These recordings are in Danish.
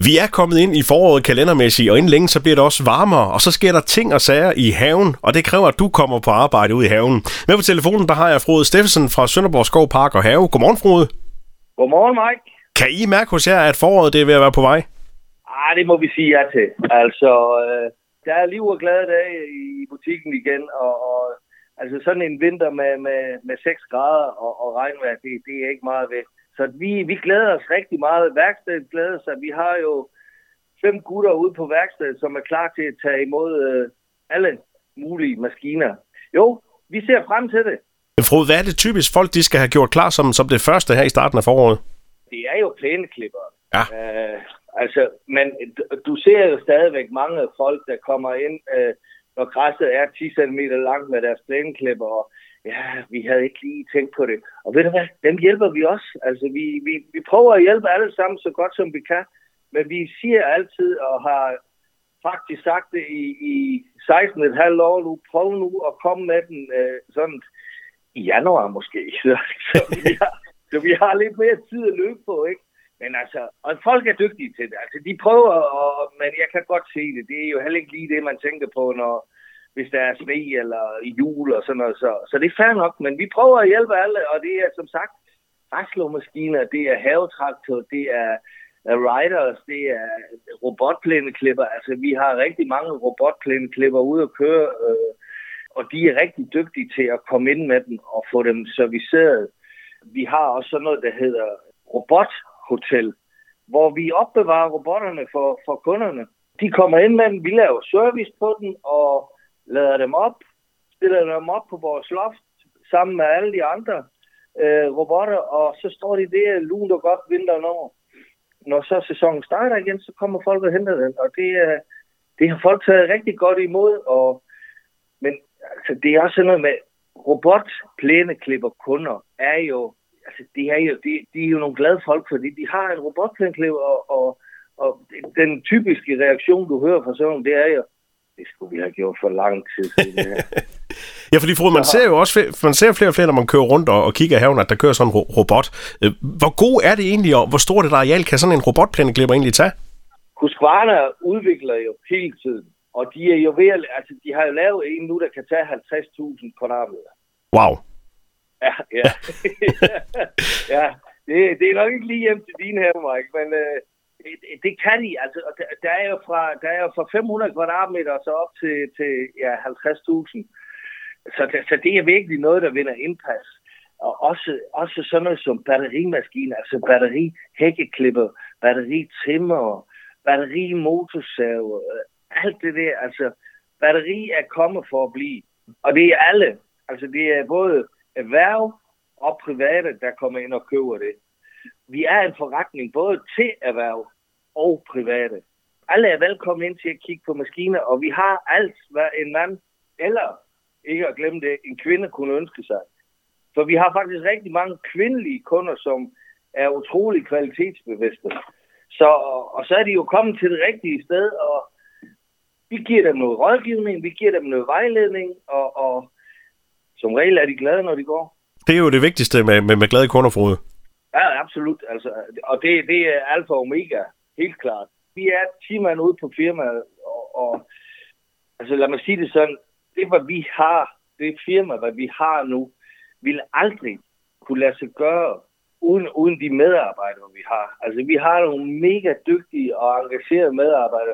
Vi er kommet ind i foråret kalendermæssigt, og inden længe så bliver det også varmere, og så sker der ting og sager i haven, og det kræver, at du kommer på arbejde ud i haven. Med på telefonen, der har jeg Frode Steffensen fra Sønderborg Skov Park og Have. Godmorgen, Frode. Godmorgen, Mike. Kan I mærke hos jer, at foråret det er ved at være på vej? Det må vi sige ja til. Altså, der er liv og glade dage i butikken igen, og altså sådan en vinter med 6 grader og regnvejr, det er ikke meget ved. Så vi glæder os rigtig meget. Værkstedet glæder sig. Vi har jo 5 gutter ude på værkstedet, som er klar til at tage imod alle mulige maskiner. Jo, vi ser frem til det. Frode, hvad er det typisk folk, de skal have gjort klar som det første her i starten af foråret? Det er jo plæneklipper. Ja. Men du ser jo stadigvæk mange folk, der kommer ind, når græsset er 10 cm langt med deres plæneklipper, og ja, vi havde ikke lige tænkt på det. Og ved du hvad, dem hjælper vi også. Altså, vi prøver at hjælpe alle sammen så godt, som vi kan, men vi siger altid, og har faktisk sagt det i 16,5 år nu, prøv nu at komme med den sådan i januar måske. Så vi har lidt mere tid at løbe på, ikke? Men altså, og folk er dygtige til det. Altså, de prøver, men jeg kan godt se det. Det er jo heller ikke lige det, man tænker på, hvis der er sne eller jul og sådan noget. Så det er fair nok, men vi prøver at hjælpe alle, og det er som sagt græsslåmaskiner, det er havetraktor, det er riders, det er robotplæneklipper. Altså, vi har rigtig mange robotplæneklipper ude at køre, og de er rigtig dygtige til at komme ind med dem og få dem serviceret. Vi har også sådan noget, der hedder robothotel, hvor vi opbevarer robotterne for kunderne. De kommer ind med dem, vi laver service på dem og lader dem op, stiller dem op på vores loft sammen med alle de andre robotter, og så står de der lunt og godt vinteren over. Når så sæsonen starter igen, så kommer folk og henter den, og det har folk taget rigtig godt imod. Men altså, det er også sådan noget med robotplæneklipper kunder er jo, altså de er jo nogle glade folk, fordi de har en robotplæneklipper, og den typiske reaktion, du hører fra sådan, det er jo, det skulle vi have gjort for lang tid siden. Ja, fordi Frode, man ser jo også flere og flere, når man kører rundt og kigger i haven, at der kører sådan en robot. Hvor god er det egentlig, og hvor stort et areal kan sådan en robotplæneklipper egentlig tage? Husqvarna udvikler jo hele tiden, og de er jo ved at, altså de har jo lavet en nu, der kan tage 50.000 kvadratmeter. Wow. Ja. Ja, det er nok ikke lige hjem til dine her, Mike, men det kan de. Altså, der er jo fra 500 kvadratmeter så op til 50.000. Så det er virkelig noget, der vinder indpas. Og også sådan noget som batterimaskiner, altså batterihækkeklipper, batteritrimmer, batterimotorsav, alt det der. Altså, batteri er kommet for at blive. Og det er alle. Altså, det er både erhverv og private, der kommer ind og køber det. Vi er en forretning både til erhverv og private. Alle er velkommen ind til at kigge på maskiner, og vi har alt, hvad en mand, eller ikke at glemme det, en kvinde kunne ønske sig. For vi har faktisk rigtig mange kvindelige kunder, som er utrolig kvalitetsbevidste. Og så er de jo kommet til det rigtige sted, og vi giver dem noget rådgivning, vi giver dem noget vejledning, og som regel er de glade, når de går. Det er jo det vigtigste med glade kunder, Frode. Ja, absolut. Altså, og det er alfa og omega, helt klart. Vi er 10 mand ude på firmaet, og altså lad mig sige det sådan, det hvad vi har, det firma, hvad vi har nu, vil aldrig kunne lade sig gøre uden de medarbejdere, vi har. Altså vi har nogle mega dygtige og engagerede medarbejdere,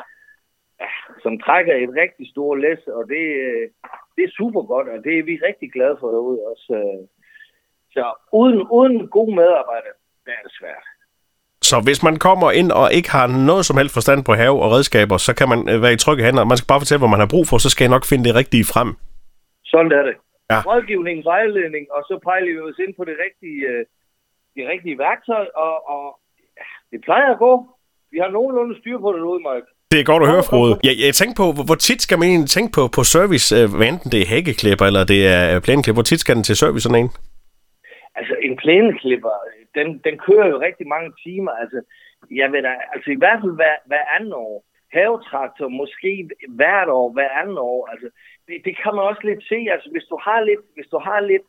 som trækker et rigtig stort læs, og det er super godt, og det er vi rigtig glade for derude også. Så uden gode medarbejdere, det er det svært. Så hvis man kommer ind og ikke har noget som helst forstand på have og redskaber, så kan man være i trygge hænder. Man skal bare fortælle, hvad man har brug for, så skal jeg nok finde det rigtige frem. Sådan er det. Ja. Rådgivning, vejledning, og så pejler vi os ind på det rigtige værktøj, og det plejer at gå. Vi har nogenlunde styr på det nu, Mike. Det er godt at høre, Frode. Jeg tænker på, hvor tit skal man egentlig tænke på service, hvad enten det er hækkeklipper eller det er plæneklipper. Hvor tit skal den til service sådan en? Altså en plæneklipper, den kører jo rigtig mange timer. Altså, jeg ved da, altså i hvert fald hver anden år. Havetraktor måske hvert år, hver anden år. Altså, det kan man også lidt se. Altså, hvis du har lidt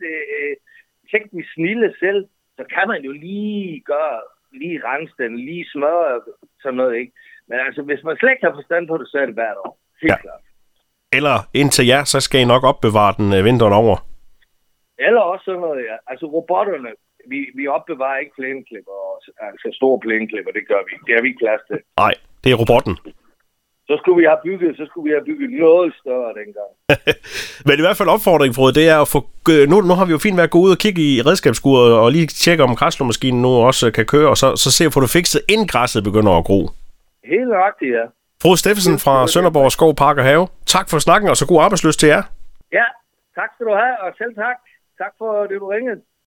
teknisk snille selv, så kan man jo lige rense den, lige smøre sådan noget, ikke? Men altså, hvis man slet ikke har forstand på det, så er det hvert år. Helt klart. Eller indtil jer, så skal I nok opbevare den vinteren over. Eller også sådan noget, ja. Altså robotterne, vi opbevarer ikke plæneklipper, altså store plæneklipper, det gør vi. Det har vi ikke plads til. Nej, det er robotten. Så skulle vi have bygget noget større dengang. Men i hvert fald opfordring, Frode, det er at få... Nu har vi jo fint været at gå ud og kigge i redskabsskuret og lige tjekke, om græsslåmaskinen nu også kan køre, og så se at få det fikset, inden græsset begynder at gro. Helt nøjagtigt, ja. Frode Steffensen fra Sønderborg Skov, Park og Have. Tak for snakken, og så god arbejdslyst til jer. Ja, tak skal du have, og selv tak. Tak for det, du ringede.